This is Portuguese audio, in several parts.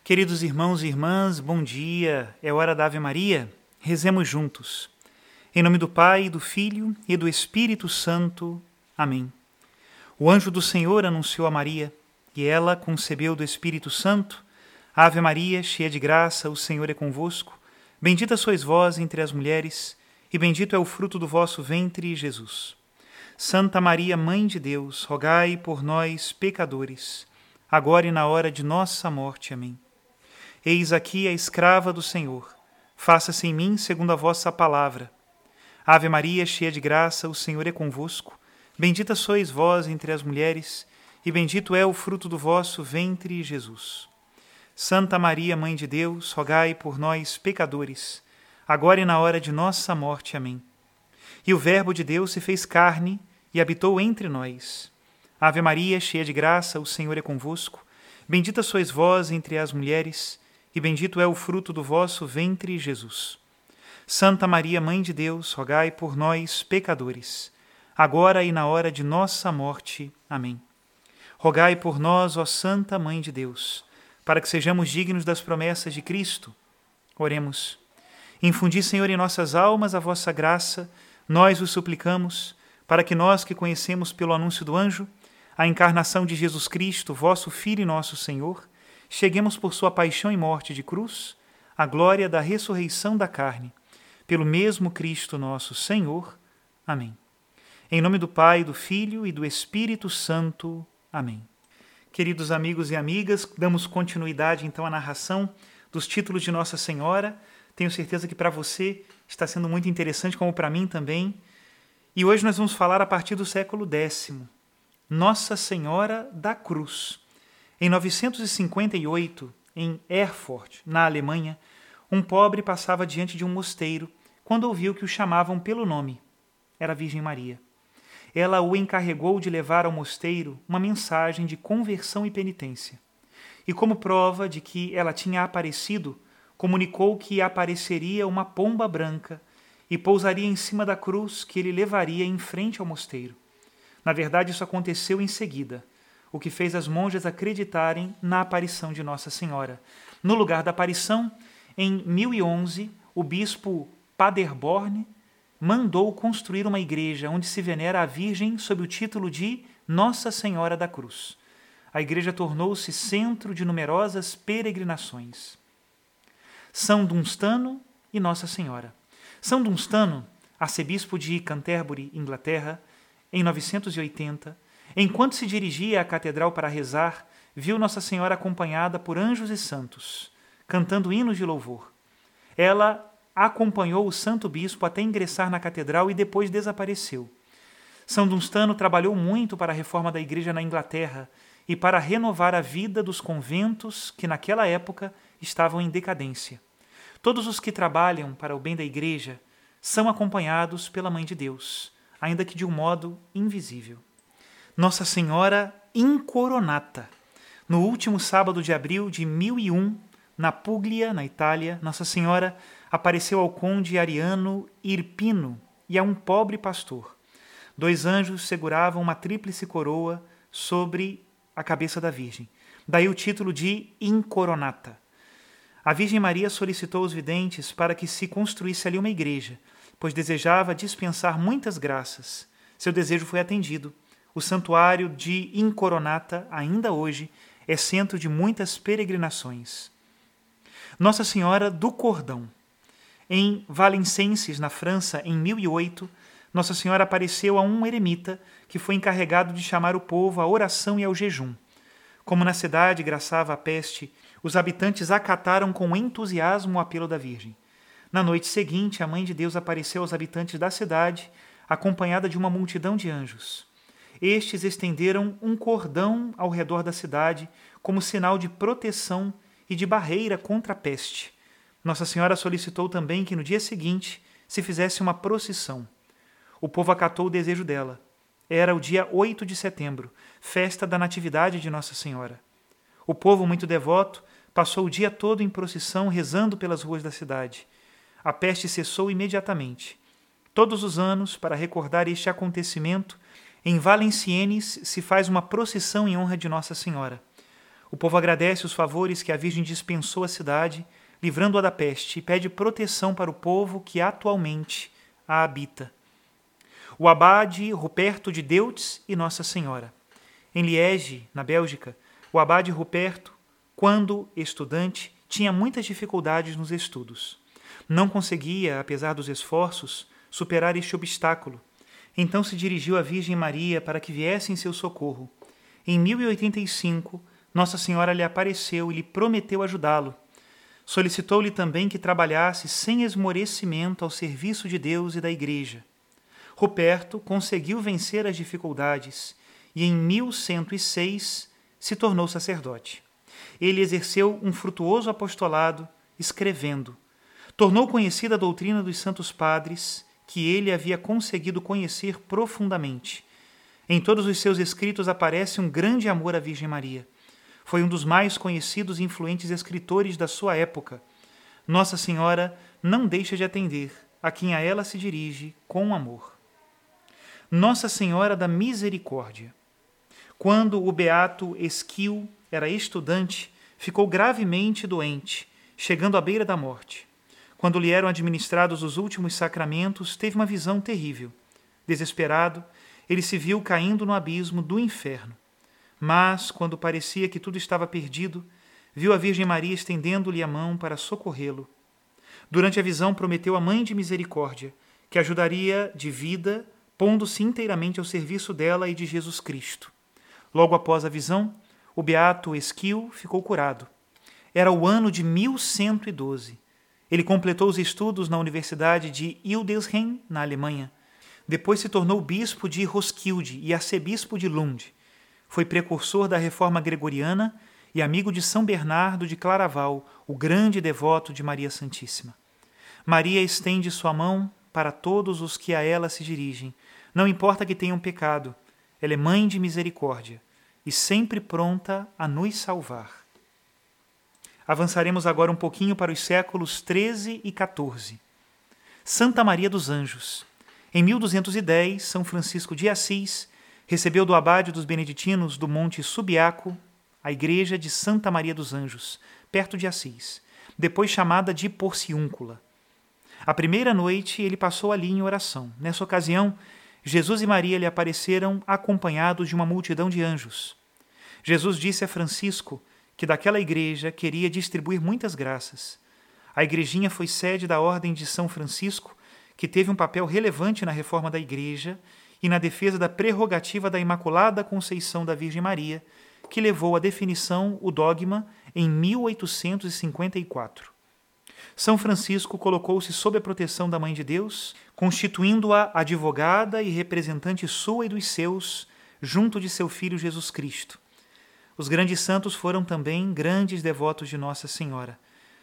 Queridos irmãos e irmãs, bom dia. É hora da Ave Maria. Rezemos juntos. Em nome do Pai, do Filho e do Espírito Santo. Amém. O anjo do Senhor anunciou a Maria, e ela concebeu do Espírito Santo. Ave Maria, cheia de graça, o Senhor é convosco. Bendita sois vós entre as mulheres, e bendito é o fruto do vosso ventre, Jesus. Santa Maria, Mãe de Deus, rogai por nós, pecadores, agora e na hora de nossa morte. Amém. Eis aqui a escrava do Senhor. Faça-se em mim segundo a vossa palavra. Ave Maria, cheia de graça, o Senhor é convosco. Bendita sois vós entre as mulheres, e bendito é o fruto do vosso ventre, Jesus. Santa Maria, Mãe de Deus, rogai por nós, pecadores, agora e na hora de nossa morte. Amém. E o Verbo de Deus se fez carne e habitou entre nós. Ave Maria, cheia de graça, o Senhor é convosco. Bendita sois vós entre as mulheres, e bendito é o fruto do vosso ventre, Jesus. Santa Maria, Mãe de Deus, rogai por nós, pecadores, agora e na hora de nossa morte. Amém. Rogai por nós, ó Santa Mãe de Deus, para que sejamos dignos das promessas de Cristo. Oremos. Infundi, Senhor, em nossas almas a vossa graça, nós os suplicamos, para que nós que conhecemos pelo anúncio do anjo a encarnação de Jesus Cristo, vosso Filho e nosso Senhor, cheguemos por sua paixão e morte de cruz à glória da ressurreição da carne, pelo mesmo Cristo nosso Senhor. Amém. Em nome do Pai, do Filho e do Espírito Santo. Amém. Queridos amigos e amigas, damos continuidade então à narração dos títulos de Nossa Senhora. Tenho certeza que para você está sendo muito interessante, como para mim também. E hoje nós vamos falar a partir do século X. Nossa Senhora da Cruz. Em 958, em Erfurt, na Alemanha, um pobre passava diante de um mosteiro quando ouviu que o chamavam pelo nome. Era a Virgem Maria. Ela o encarregou de levar ao mosteiro uma mensagem de conversão e penitência. E como prova de que ela tinha aparecido, comunicou que apareceria uma pomba branca e pousaria em cima da cruz que ele levaria em frente ao mosteiro. Na verdade, isso aconteceu em seguida, o que fez as monjas acreditarem na aparição de Nossa Senhora. No lugar da aparição, em 1011, o bispo Paderborn mandou construir uma igreja onde se venera a Virgem sob o título de Nossa Senhora da Cruz. A igreja tornou-se centro de numerosas peregrinações. São Dunstano e Nossa Senhora. São Dunstano, arcebispo de Canterbury, Inglaterra, em 980, enquanto se dirigia à catedral para rezar, viu Nossa Senhora acompanhada por anjos e santos, cantando hinos de louvor. Ela acompanhou o santo bispo até ingressar na catedral e depois desapareceu. São Dunstano trabalhou muito para a reforma da igreja na Inglaterra e para renovar a vida dos conventos que naquela época estavam em decadência. Todos os que trabalham para o bem da igreja são acompanhados pela Mãe de Deus, ainda que de um modo invisível. Nossa Senhora Incoronata. No último sábado de abril de 1001, na Puglia, na Itália, Nossa Senhora apareceu ao conde Ariano Irpino e a um pobre pastor. 2 anjos seguravam uma tríplice coroa sobre a cabeça da Virgem. Daí o título de Incoronata. A Virgem Maria solicitou aos videntes para que se construísse ali uma igreja, pois desejava dispensar muitas graças. Seu desejo foi atendido. O santuário de Incoronata, ainda hoje, é centro de muitas peregrinações. Nossa Senhora do Cordão. Em Valenciennes, na França, em 1008, Nossa Senhora apareceu a um eremita que foi encarregado de chamar o povo à oração e ao jejum. Como na cidade graçava a peste, os habitantes acataram com entusiasmo o apelo da Virgem. Na noite seguinte, a Mãe de Deus apareceu aos habitantes da cidade, acompanhada de uma multidão de anjos. Estes estenderam um cordão ao redor da cidade como sinal de proteção e de barreira contra a peste. Nossa Senhora solicitou também que no dia seguinte se fizesse uma procissão. O povo acatou o desejo dela. Era o dia 8 de setembro, festa da Natividade de Nossa Senhora. O povo, muito devoto, passou o dia todo em procissão rezando pelas ruas da cidade. A peste cessou imediatamente. Todos os anos, para recordar este acontecimento, em Valenciennes se faz uma procissão em honra de Nossa Senhora. O povo agradece os favores que a Virgem dispensou à cidade, livrando-a da peste, e pede proteção para o povo que atualmente a habita. O abade Ruperto de Deutz e Nossa Senhora. Em Liege, na Bélgica, o abade Ruperto, quando estudante, tinha muitas dificuldades nos estudos. Não conseguia, apesar dos esforços, superar este obstáculo. Então se dirigiu à Virgem Maria para que viesse em seu socorro. Em 1085, Nossa Senhora lhe apareceu e lhe prometeu ajudá-lo. Solicitou-lhe também que trabalhasse sem esmorecimento ao serviço de Deus e da Igreja. Ruperto conseguiu vencer as dificuldades e em 1106 se tornou sacerdote. Ele exerceu um frutuoso apostolado, escrevendo. Tornou conhecida a doutrina dos santos padres, que ele havia conseguido conhecer profundamente. Em todos os seus escritos aparece um grande amor à Virgem Maria. Foi um dos mais conhecidos e influentes escritores da sua época. Nossa Senhora não deixa de atender a quem a ela se dirige com amor. Nossa Senhora da Misericórdia. Quando o beato Esquil era estudante, ficou gravemente doente, chegando à beira da morte. Quando lhe eram administrados os últimos sacramentos, teve uma visão terrível. Desesperado, ele se viu caindo no abismo do inferno. Mas, quando parecia que tudo estava perdido, viu a Virgem Maria estendendo-lhe a mão para socorrê-lo. Durante a visão, prometeu à Mãe de Misericórdia que ajudaria de vida, pondo-se inteiramente ao serviço dela e de Jesus Cristo. Logo após a visão, o beato Esquil ficou curado. Era o ano de 1112. Ele completou os estudos na Universidade de Hildesheim, na Alemanha. Depois se tornou bispo de Roskilde e arcebispo de Lund. Foi precursor da reforma gregoriana e amigo de São Bernardo de Claraval, o grande devoto de Maria Santíssima. Maria estende sua mão para todos os que a ela se dirigem. Não importa que tenham pecado, ela é mãe de misericórdia e sempre pronta a nos salvar. Avançaremos agora um pouquinho para os séculos 13 e 14. Santa Maria dos Anjos. Em 1210, São Francisco de Assis recebeu do abade dos beneditinos do Monte Subiaco a igreja de Santa Maria dos Anjos, perto de Assis, depois chamada de Porciúncula. A primeira noite ele passou ali em oração. Nessa ocasião, Jesus e Maria lhe apareceram acompanhados de uma multidão de anjos. Jesus disse a Francisco que daquela igreja queria distribuir muitas graças. A igrejinha foi sede da Ordem de São Francisco, que teve um papel relevante na reforma da igreja e na defesa da prerrogativa da Imaculada Conceição da Virgem Maria, que levou à definição o dogma em 1854. São Francisco colocou-se sob a proteção da Mãe de Deus, constituindo-a advogada e representante sua e dos seus, junto de seu Filho Jesus Cristo. Os grandes santos foram também grandes devotos de Nossa Senhora.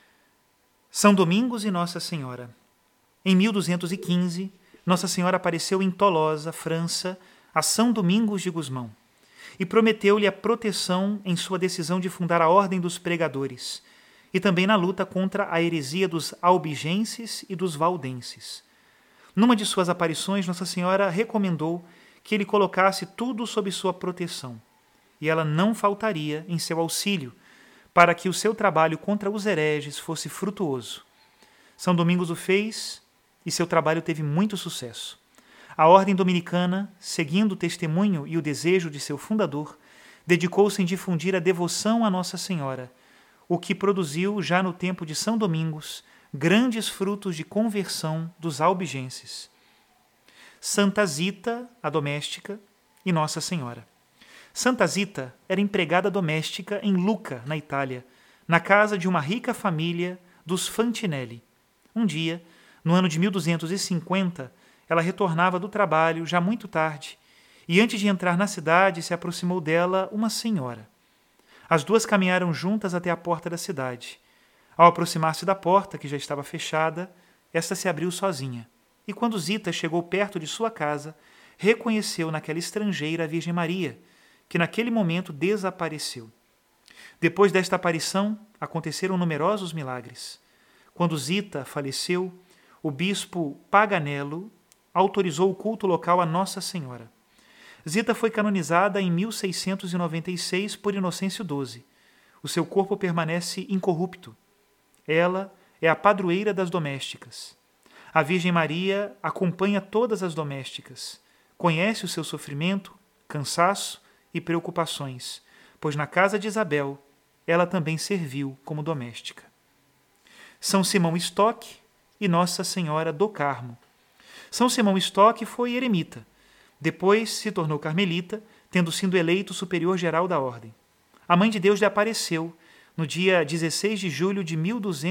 São Domingos e Nossa Senhora. Em 1215, Nossa Senhora apareceu em Tolosa, França, a São Domingos de Gusmão, e prometeu-lhe a proteção em sua decisão de fundar a Ordem dos Pregadores, e também na luta contra a heresia dos albigenses e dos valdenses. Numa de suas aparições, Nossa Senhora recomendou que ele colocasse tudo sob sua proteção, e ela não faltaria em seu auxílio, para que o seu trabalho contra os hereges fosse frutuoso. São Domingos o fez, e seu trabalho teve muito sucesso. A Ordem Dominicana, seguindo o testemunho e o desejo de seu fundador, dedicou-se em difundir a devoção a Nossa Senhora, o que produziu, já no tempo de São Domingos, grandes frutos de conversão dos albigenses. Santa Zita, a doméstica, e Nossa Senhora. Santa Zita era empregada doméstica em Lucca, na Itália, na casa de uma rica família dos Fantinelli. Um dia, no ano de 1250, ela retornava do trabalho já muito tarde e antes de entrar na cidade se aproximou dela uma senhora. As duas caminharam juntas até a porta da cidade. Ao aproximar-se da porta, que já estava fechada, esta se abriu sozinha. E quando Zita chegou perto de sua casa, reconheceu naquela estrangeira a Virgem Maria, que naquele momento desapareceu. Depois desta aparição, aconteceram numerosos milagres. Quando Zita faleceu, o bispo Paganello autorizou o culto local a Nossa Senhora. Zita foi canonizada em 1696 por Inocêncio XII. o seu corpo permanece incorrupto. Ela é a padroeira das domésticas. A Virgem Maria acompanha todas as domésticas, conhece o seu sofrimento, cansaço e preocupações, pois na casa de Isabel ela também serviu como doméstica. São Simão Stock e Nossa Senhora do Carmo. São Simão Stock foi eremita, depois se tornou carmelita, tendo sido eleito superior geral da ordem. A Mãe de Deus lhe apareceu no dia 16 de julho de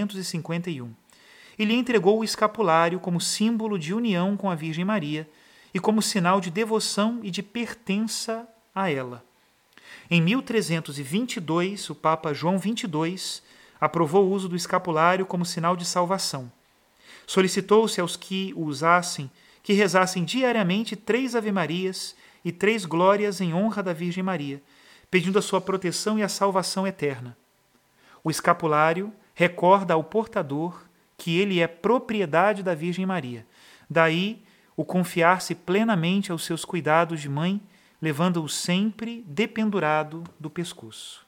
1251 e lhe entregou o escapulário como símbolo de união com a Virgem Maria e como sinal de devoção e de pertença a ela. Em 1322, o Papa João XXII aprovou o uso do escapulário como sinal de salvação. Solicitou-se aos que o usassem que rezassem diariamente 3 Ave-Marias e 3 glórias em honra da Virgem Maria, pedindo a sua proteção e a salvação eterna. O escapulário recorda ao portador que ele é propriedade da Virgem Maria. Daí, o confiar-se plenamente aos seus cuidados de mãe, levando-o sempre dependurado do pescoço.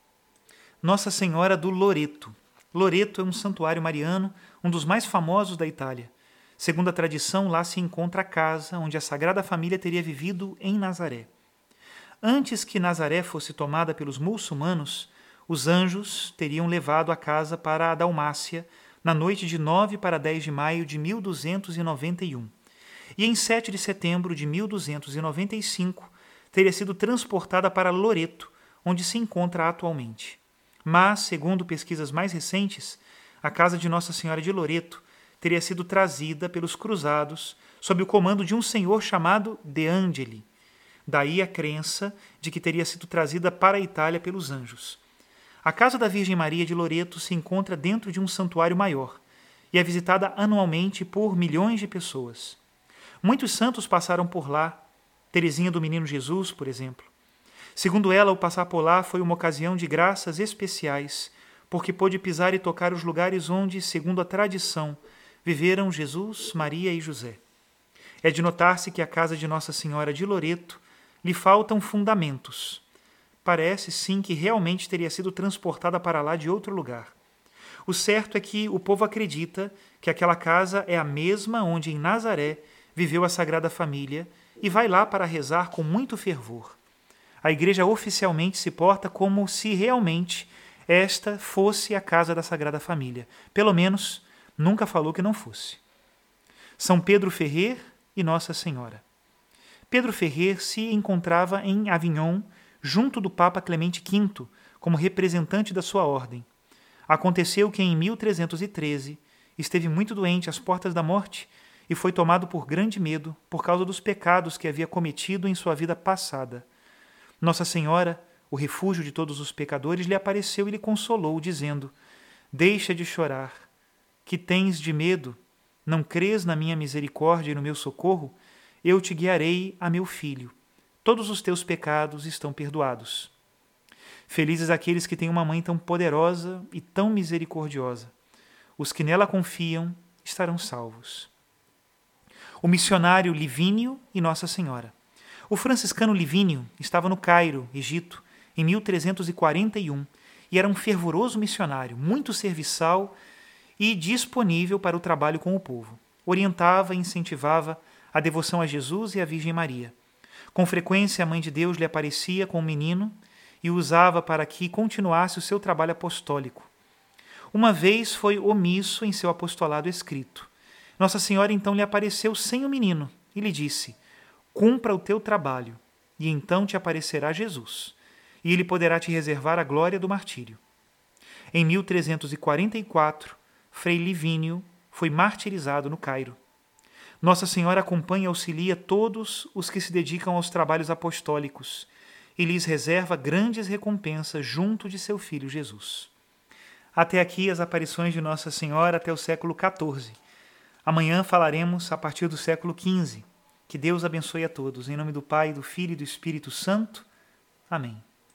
Nossa Senhora do Loreto. Loreto é um santuário mariano, um dos mais famosos da Itália. Segundo a tradição, lá se encontra a casa onde a Sagrada Família teria vivido em Nazaré. Antes que Nazaré fosse tomada pelos muçulmanos, os anjos teriam levado a casa para a Dalmácia na noite de 9 para 10 de maio de 1291. E em 7 de setembro de 1295 teria sido transportada para Loreto, onde se encontra atualmente. Mas, segundo pesquisas mais recentes, a casa de Nossa Senhora de Loreto teria sido trazida pelos cruzados sob o comando de um senhor chamado De Angeli. Daí a crença de que teria sido trazida para a Itália pelos anjos. A casa da Virgem Maria de Loreto se encontra dentro de um santuário maior e é visitada anualmente por milhões de pessoas. Muitos santos passaram por lá, Teresinha do Menino Jesus, por exemplo. Segundo ela, o passar por lá foi uma ocasião de graças especiais, porque pôde pisar e tocar os lugares onde, segundo a tradição, viveram Jesus, Maria e José. É de notar-se que a casa de Nossa Senhora de Loreto lhe faltam fundamentos. Parece, sim, que realmente teria sido transportada para lá de outro lugar. O certo é que o povo acredita que aquela casa é a mesma onde, em Nazaré, viveu a Sagrada Família e vai lá para rezar com muito fervor. A Igreja oficialmente se porta como se realmente esta fosse a casa da Sagrada Família. Pelo menos, nunca falou que não fosse. São Pedro Ferrer e Nossa Senhora. Pedro Ferrer se encontrava em Avignon, junto do Papa Clemente V, como representante da sua ordem. Aconteceu que em 1313 esteve muito doente às portas da morte e foi tomado por grande medo por causa dos pecados que havia cometido em sua vida passada. Nossa Senhora, o refúgio de todos os pecadores, lhe apareceu e lhe consolou, dizendo: Deixa de chorar. Que tens de medo? Não crês na minha misericórdia e no meu socorro? Eu te guiarei a meu filho. Todos os teus pecados estão perdoados. Felizes aqueles que têm uma mãe tão poderosa e tão misericordiosa. Os que nela confiam estarão salvos. O missionário Livínio e Nossa Senhora. O franciscano Livínio estava no Cairo, Egito, em 1341 e era um fervoroso missionário, muito serviçal e disponível para o trabalho com o povo. Orientava e incentivava a devoção a Jesus e à Virgem Maria. Com frequência, a Mãe de Deus lhe aparecia com o menino e o usava para que continuasse o seu trabalho apostólico. Uma vez foi omisso em seu apostolado escrito. Nossa Senhora então lhe apareceu sem o menino e lhe disse: Cumpra o teu trabalho, e então te aparecerá Jesus, e ele poderá te reservar a glória do martírio. Em 1344, Frei Livínio foi martirizado no Cairo. Nossa Senhora acompanha e auxilia todos os que se dedicam aos trabalhos apostólicos e lhes reserva grandes recompensas junto de seu Filho Jesus. Até aqui as aparições de Nossa Senhora até o século XIV. Amanhã falaremos a partir do século XV. Que Deus abençoe a todos. Em nome do Pai, do Filho e do Espírito Santo. Amém.